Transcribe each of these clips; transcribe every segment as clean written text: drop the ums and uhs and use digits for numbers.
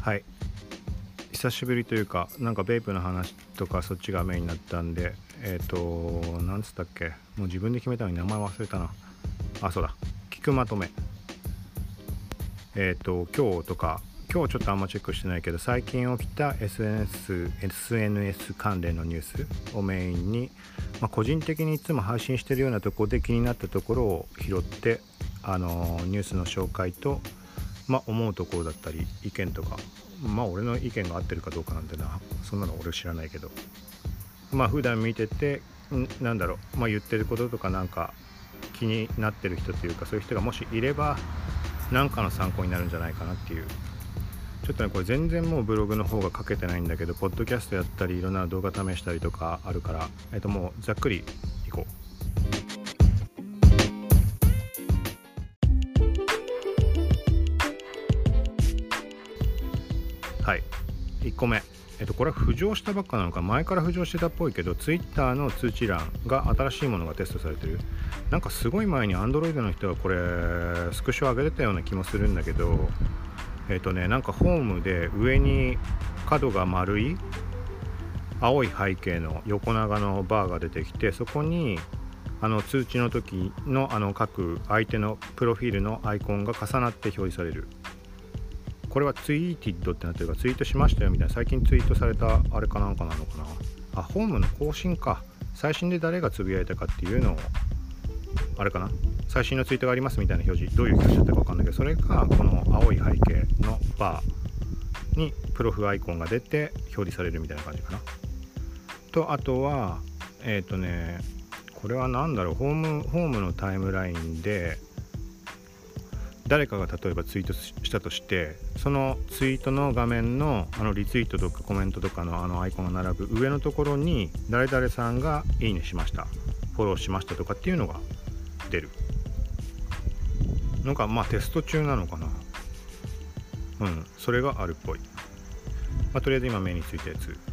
はい、久しぶりというか、なんかベイプの話とかそっちがメインになったんで、なんつったっけ、もう自分で決めたのに名前忘れたな。そうだ、聞くまとめ。今日とか、今日ちょっとあんまチェックしてないけど、最近起きた SNS 関連のニュースをメインに、個人的にいつも配信してるようなところで気になったところを拾って、ニュースの紹介と、思うところだったり意見とか、俺の意見が合ってるかどうかなんてな、そんなの俺知らないけど、普段見ててなんだろう、言ってることとかなんか気になってる人というか、そういう人がもしいれば何かの参考になるんじゃないかなっていう。ちょっとね、これ全然もうブログの方が書けてないんだけど、ポッドキャストやったりいろんな動画試したりとかあるから、もうざっくりいこう。はい、1個目、これは浮上したばっかなのか、前から浮上してたっぽいけど、Twitter の通知欄が新しいものがテストされてる。なんかすごい前に Android の人がこれスクショ上げてたような気もするんだけど、なんかホームで上に角が丸い青い背景の横長のバーが出てきて、そこに通知の時の各相手のプロフィールのアイコンが重なって表示される。これはツイーティッドってなってるか、ツイートしましたよみたいな、最近ツイートされたあれかなんかなのかな。ホームの更新か、最新で誰がつぶやいたかっていうのをあれかな、最新のツイートがありますみたいな表示、どういう表示だったか分かんないけど、それがこの青い背景のバーにプロフアイコンが出て表示されるみたいな感じかなと。あとはこれは何だろう、ホームのタイムラインで誰かが例えばツイートしたとして、そのツイートの画面のリツイートとかコメントとかのアイコンが並ぶ上のところに、誰々さんがいいねしました、フォローしましたとかっていうのが出るのが、テスト中なのかな。それがあるっぽい。とりあえず今目についたやつ。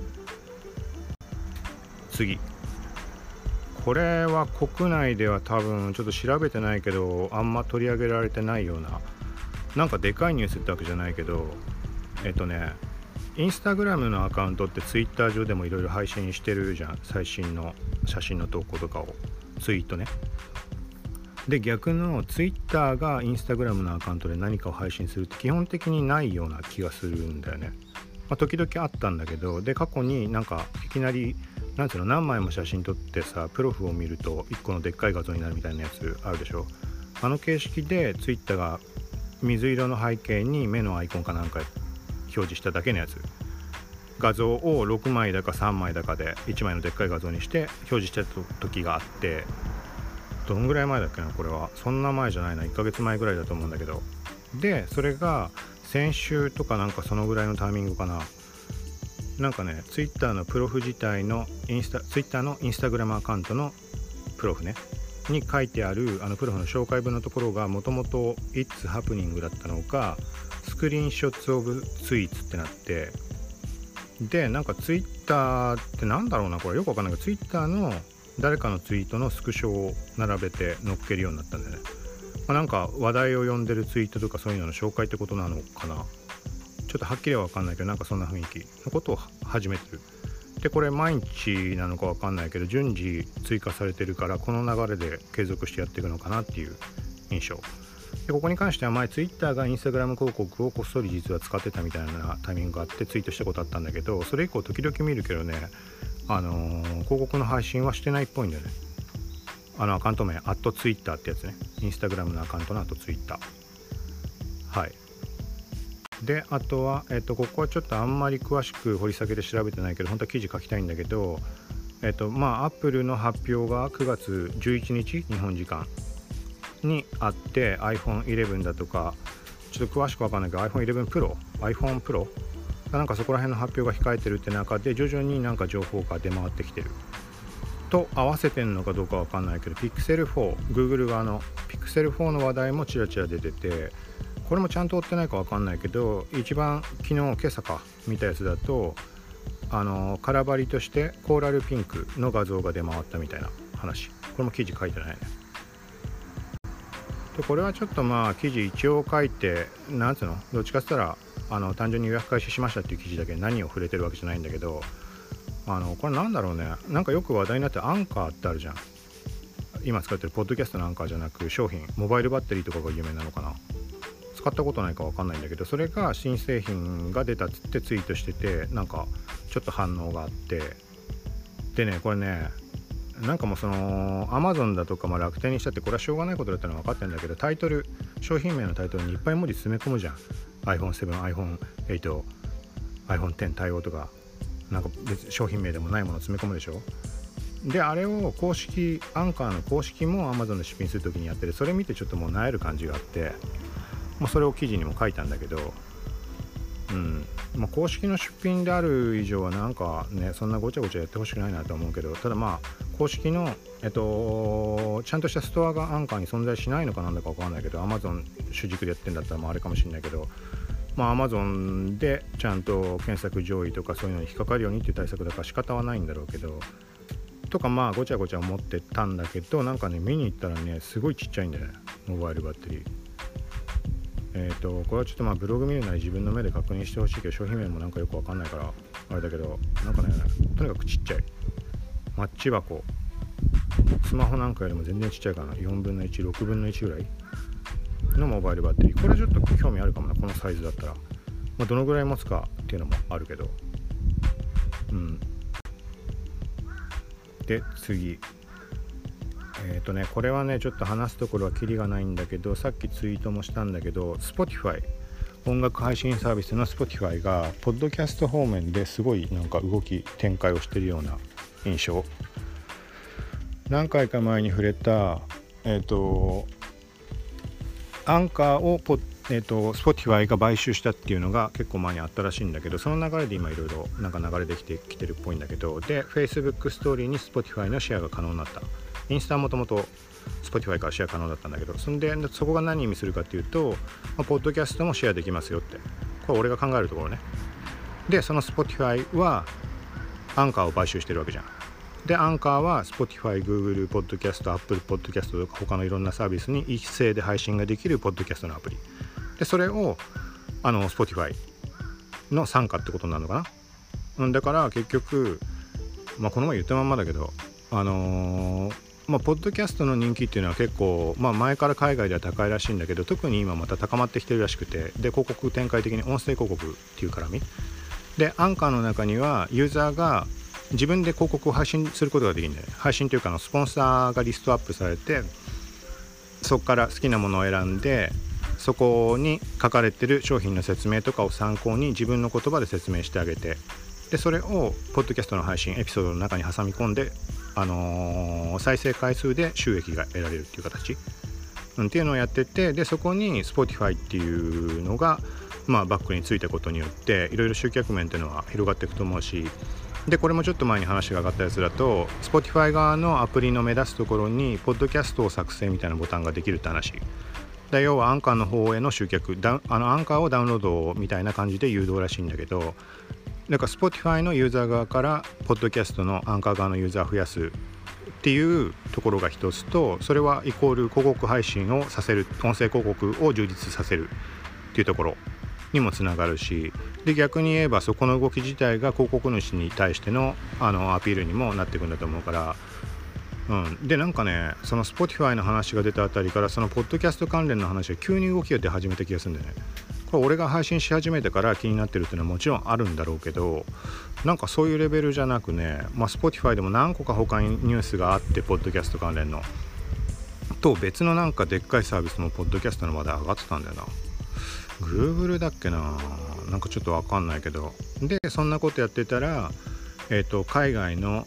次、これは国内では多分ちょっと調べてないけど、あんま取り上げられてないような、なんかでかいニュースってわけじゃないけど、インスタグラムのアカウントってツイッター上でもいろいろ配信してるじゃん、最新の写真の投稿とかをツイートね。で、逆のツイッターがインスタグラムのアカウントで何かを配信するって基本的にないような気がするんだよね。時々あったんだけど、で過去になんかいきなり何枚も写真撮ってさ、プロフを見ると1個のでっかい画像になるみたいなやつあるでしょ。形式でツイッターが水色の背景に目のアイコンかなんか表示しただけのやつ、画像を6枚だか3枚だかで1枚のでっかい画像にして表示した時があって、どんぐらい前だっけな、これはそんな前じゃないな、1ヶ月前ぐらいだと思うんだけど、でそれが先週とかなんかそのぐらいのタイミングかな。なんかね、ツイッターのプロフ自体のツイッターのインスタグラムアカウントのプロフねに書いてあるプロフの紹介文のところが、もともと It's Happening だったのがスクリーンショッツオブツイーツってなって、でなんかツイッターってなんだろうな、これよくわかんないけど、ツイッターの誰かのツイートのスクショを並べて載っけるようになったんだよね。なんか話題を呼んでるツイートとかそういうのの紹介ってことなのかな。ちょっとはっきりは分かんないけど、なんかそんな雰囲気のことを始めてる。でこれ毎日なのか分かんないけど、順次追加されてるから、この流れで継続してやっていくのかなっていう印象で、ここに関しては前ツイッターがインスタグラム広告をこっそり実は使ってたみたいなタイミングがあってツイートしたことあったんだけど、それ以降時々見るけどね、広告の配信はしてないっぽいんだよね。アカウント名@Twitter ってやつね、インスタグラムのアカウントの@Twitter。はい。であとは、ここはちょっとあんまり詳しく掘り下げて調べてないけど、本当は記事書きたいんだけど、アップルの発表が9月11日日本時間にあって、 iPhone 11だとかちょっと詳しく分かんないけど iPhone 11 Pro、iPhone Pro なんかそこら辺の発表が控えてるって中で、徐々になんか情報が出回ってきてると合わせてんのかどうか分かんないけど、 Pixel 4、 Google 側の Pixel 4の話題もちらちら出てて、これもちゃんと追ってないか分かんないけど、一番今朝か見たやつだとカラバリとしてコーラルピンクの画像が出回ったみたいな話。これも記事書いてないね。でこれはちょっと記事一応書いて、どっちかって言ったら単純に予約開始しましたっていう記事だけ何を触れてるわけじゃないんだけど、これなんだろうね、なんかよく話題になってアンカーってあるじゃん。今使ってるポッドキャストのアンカーじゃなく商品、モバイルバッテリーとかが有名なのかな。使ったことないか分かんないんだけど、それが新製品が出たっつってツイートしてて、なんかちょっと反応があって、でね、これね、なんかもうその Amazon だとか楽天にしたってこれはしょうがないことだったのは分かってるんだけど、タイトル、商品名のタイトルにいっぱい文字詰め込むじゃん。 iPhone7、iPhone8、iPhone10 対応とか、なんか別に商品名でもないものを詰め込むでしょ。であれを公式アンカーの公式も Amazon で出品するときにやってる。それ見てちょっともう萎える感じがあって、もうそれを記事にも書いたんだけど、公式の出品である以上はなんかね、そんなごちゃごちゃやってほしくないなと思うけど、ただ公式のちゃんとしたストアがアンカーに存在しないのかなんだか分かんないけど、 Amazon 主軸でやってんだったらあれかもしれないけど、Amazon でちゃんと検索上位とかそういうのに引っかかるようにっていう対策だから仕方はないんだろうけど、とかごちゃごちゃ思ってたんだけど、なんかね見に行ったらねすごいちっちゃいんだよね、モバイルバッテリー。これはちょっとブログ見るなり自分の目で確認してほしいけど、商品名もなんかよくわかんないからあれだけど、なんかねとにかくちっちゃいマッチ箱、スマホなんかよりも全然ちっちゃいかな、4分の1、6分の1ぐらいのモバイルバッテリー。これちょっと興味あるかもな、このサイズだったら。どのぐらい持つかっていうのもあるけど。で次、これはねちょっと話すところはキリがないんだけど、さっきツイートもしたんだけど、 Spotify 音楽配信サービスの Spotify がポッドキャスト方面ですごいなんか動き展開をしているような印象。何回か前に触れたアンカーをSpotify が買収したっていうのが結構前にあったらしいんだけど、その流れで今いろいろなんか流れできてきてるっぽいんだけど、で Facebook ストーリーに Spotify のシェアが可能になった。インスタはもともと Spotify からシェア可能だったんだけど、そこが何意味するかっていうと、ポッドキャストもシェアできますよって、これ俺が考えるところね。でその Spotify はアンカーを買収してるわけじゃん。でアンカーは Spotify、Google ポッドキャスト、Apple ポッドキャストとか他のいろんなサービスに一斉で配信ができるポッドキャストのアプリで、それをSpotify の傘下ってことになるのかな。だから結局この前言ったまんまだけど、ポッドキャストの人気っていうのは結構、前から海外では高いらしいんだけど、特に今また高まってきてるらしくて、で広告展開的に音声広告っていう絡みで、アンカーの中にはユーザーが自分で広告を配信することができるんだよね。配信というかスポンサーがリストアップされて、そこから好きなものを選んで、そこに書かれてる商品の説明とかを参考に自分の言葉で説明してあげて、でそれをポッドキャストの配信エピソードの中に挟み込んで、再生回数で収益が得られるっていう形、っていうのをやってて、でそこに Spotify っていうのがバックについたことによっていろいろ集客面っていうのは広がっていくと思うし、でこれもちょっと前に話が上がったやつだと Spotify 側のアプリの目立つところにポッドキャストを作成みたいなボタンができるって話で、要はアンカーの方への集客、アンカーをダウンロードみたいな感じで誘導らしいんだけど、だから Spotify のユーザー側からポッドキャストのアンカー側のユーザーを増やすっていうところが一つと、それはイコール広告配信をさせる、音声広告を充実させるっていうところにもつながるし、で逆に言えばそこの動き自体が広告主に対してのアピールにもなっていくんだと思うから、でなんかね、その Spotify の話が出たあたりからそのポッドキャスト関連の話が急に動きが出始めた気がするんだよね。これ俺が配信し始めてから気になってるっていうのはもちろんあるんだろうけど、なんかそういうレベルじゃなくね、Spotify でも何個か他にニュースがあって、ポッドキャスト関連のと別のなんかでっかいサービスもポッドキャストの話題上がってたんだよな。Google だっけな、なんかちょっとわかんないけど、でそんなことやってたら、海外の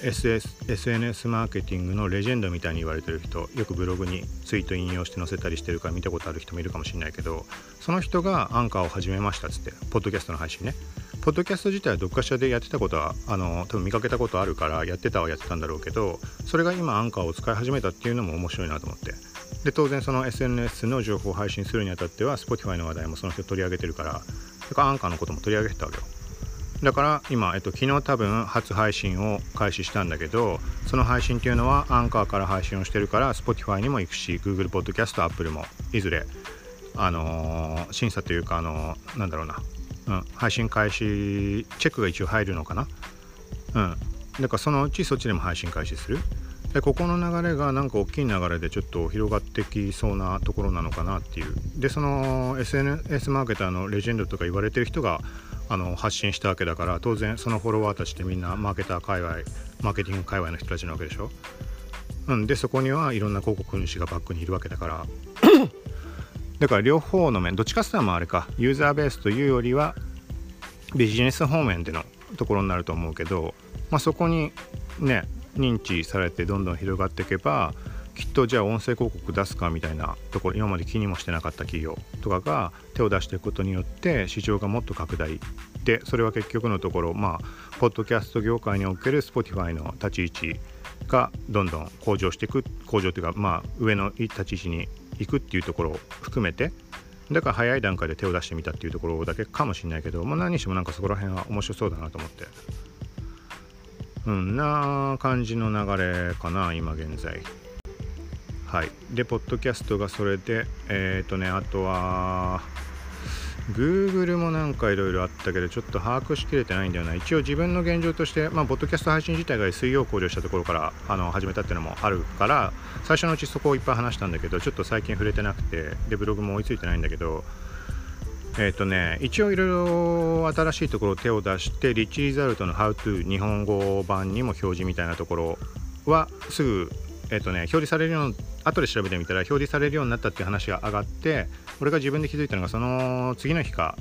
SNS マーケティングのレジェンドみたいに言われてる人、よくブログにツイート引用して載せたりしてるから見たことある人もいるかもしれないけど、その人がアンカーを始めましたっつって、ポッドキャストの配信ね。ポッドキャスト自体はどっかしらでやってたことは多分見かけたことあるからやってたんだろうけど、それが今アンカーを使い始めたっていうのも面白いなと思って、で当然その SNS の情報を配信するにあたっては Spotify の話題もその人取り上げてるから、だからアンカーのことも取り上げてたわけよ。だから今、昨日多分初配信を開始したんだけど、その配信っていうのはアンカーから配信をしてるから Spotify にも行くし、 Google ポッドキャスト、Apple もいずれ審査というかなんだろうな、配信開始チェックが一応入るのかな。だからそのうちそっちでも配信開始する。でここの流れがなんか大きい流れでちょっと広がってきそうなところなのかなっていう。でその SNS マーケターのレジェンドとか言われてる人が発信したわけだから、当然そのフォロワーたちってみんなマーケター界隈、マーケティング界隈の人たちなわけでしょ。でそこにはいろんな広告主がバックにいるわけだからだから両方の面、どっちかっていうとあれか、ユーザーベースというよりはビジネス方面でのところになると思うけど、そこにね認知されてどんどん広がっていけば、きっとじゃあ音声広告出すかみたいなところ、今まで気にもしてなかった企業とかが手を出していくことによって市場がもっと拡大で、それは結局のところポッドキャスト業界における Spotify の立ち位置がどんどん向上していく、向上というか上の立ち位置に行くっていうところを含めて、だから早い段階で手を出してみたっていうところだけかもしれないけど、何にしてもなんかそこら辺は面白そうだなと思って、な感じの流れかな今現在。はい。でポッドキャストがそれであとはGoogle もなんかいろいろあったけどちょっと把握しきれてないんだよな。一応自分の現状としてポッドキャスト配信自体が SEO を考慮したところから始めたっていうのもあるから、最初のうちそこをいっぱい話したんだけど、ちょっと最近触れてなくて、でブログも追いついてないんだけど、一応いろいろ新しいところを手を出して、リッチリザルトの How to 日本語版にも表示みたいなところはすぐ表示されるように、後で調べてみたら表示されるようになったっていう話が上がって、俺が自分で気づいたのがその次の日か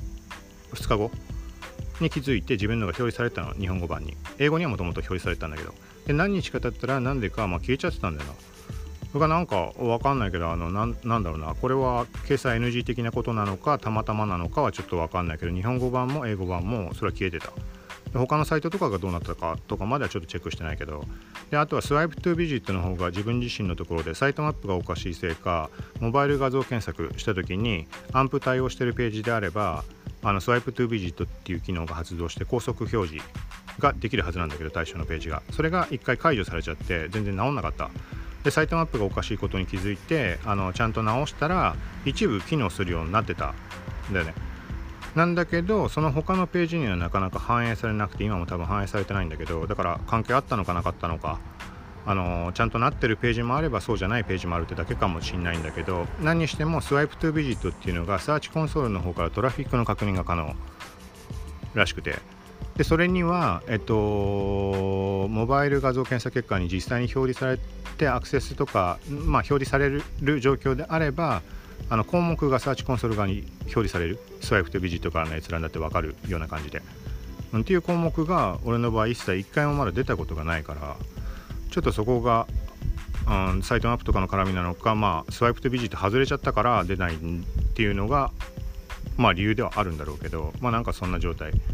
2日後に気づいて、自分のが表示されたの、日本語版に。英語にはもともと表示されたんだけど、で何日か経ったらなんでか消えちゃってたんだよな。それがなんか分かんないけどなんだろうな、これは掲載 NG 的なことなのかたまたまなのかはちょっと分かんないけど、日本語版も英語版もそれは消えてた。他のサイトとかがどうなったかとかまではちょっとチェックしてないけど、であとはスワイプトゥビジットの方が自分自身のところでサイトマップがおかしいせいか、モバイル画像検索した時にアンプ対応してるページであればスワイプトゥビジットっていう機能が発動して高速表示ができるはずなんだけど、対象のページがそれが一回解除されちゃって全然直んなかった。でサイトマップがおかしいことに気づいてちゃんと直したら一部機能するようになってたんだよね。なんだけどその他のページにはなかなか反映されなくて、今も多分反映されてないんだけど、だから関係あったのかなかったのか、ちゃんとなってるページもあればそうじゃないページもあるってだけかもしれないんだけど、何にしてもスワイプトゥビジットっていうのがサーチコンソールの方からトラフィックの確認が可能らしくて、でそれにはモバイル画像検索結果に実際に表示されてアクセスとか表示される状況であれば項目がサーチコンソール側に表示される、スワイプとビジットからの閲覧だって分かるような感じで、っていう項目が俺の場合一切1回もまだ出たことがないから、ちょっとそこが、サイトマップとかの絡みなのか、スワイプとビジット外れちゃったから出ないっていうのが理由ではあるんだろうけど、なんかそんな状態。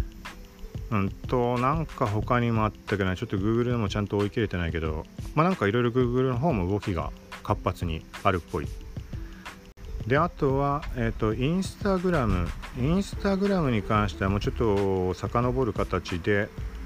なんか他にもあったけど、ちょっと Google でもちゃんと追い切れてないけど、なんかいろいろ Google の方も動きが活発にあるっぽい。であとは、インスタグラムに関してはもうちょっと遡る形で、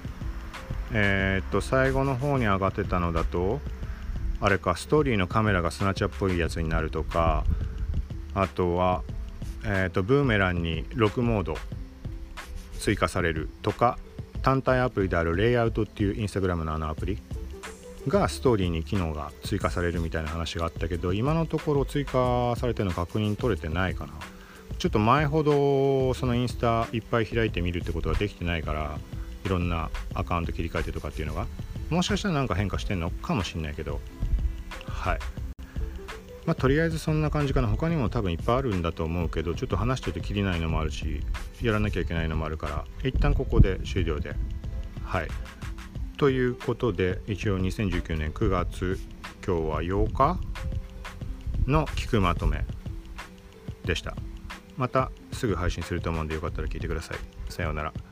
最後の方に上がってたのだとあれか、ストーリーのカメラがスナチャっぽいやつになるとか、あとは、ブーメランにロックモード追加されるとか、単体アプリであるレイアウトっていうインスタグラムのアプリがストーリーに機能が追加されるみたいな話があったけど、今のところ追加されてるの確認取れてないかな。ちょっと前ほどそのインスタいっぱい開いてみるってことができてないから、いろんなアカウント切り替えてとかっていうのがもしかしたらなんか変化してんのかもしれないけど、はい。とりあえずそんな感じかな。他にも多分いっぱいあるんだと思うけど、ちょっと話しててきりないのもあるし、やらなきゃいけないのもあるから、一旦ここで終了で、はい。ということで、一応2019年9月、今日は8日の聞くまとめでした。またすぐ配信すると思うんで、よかったら聞いてください。さようなら。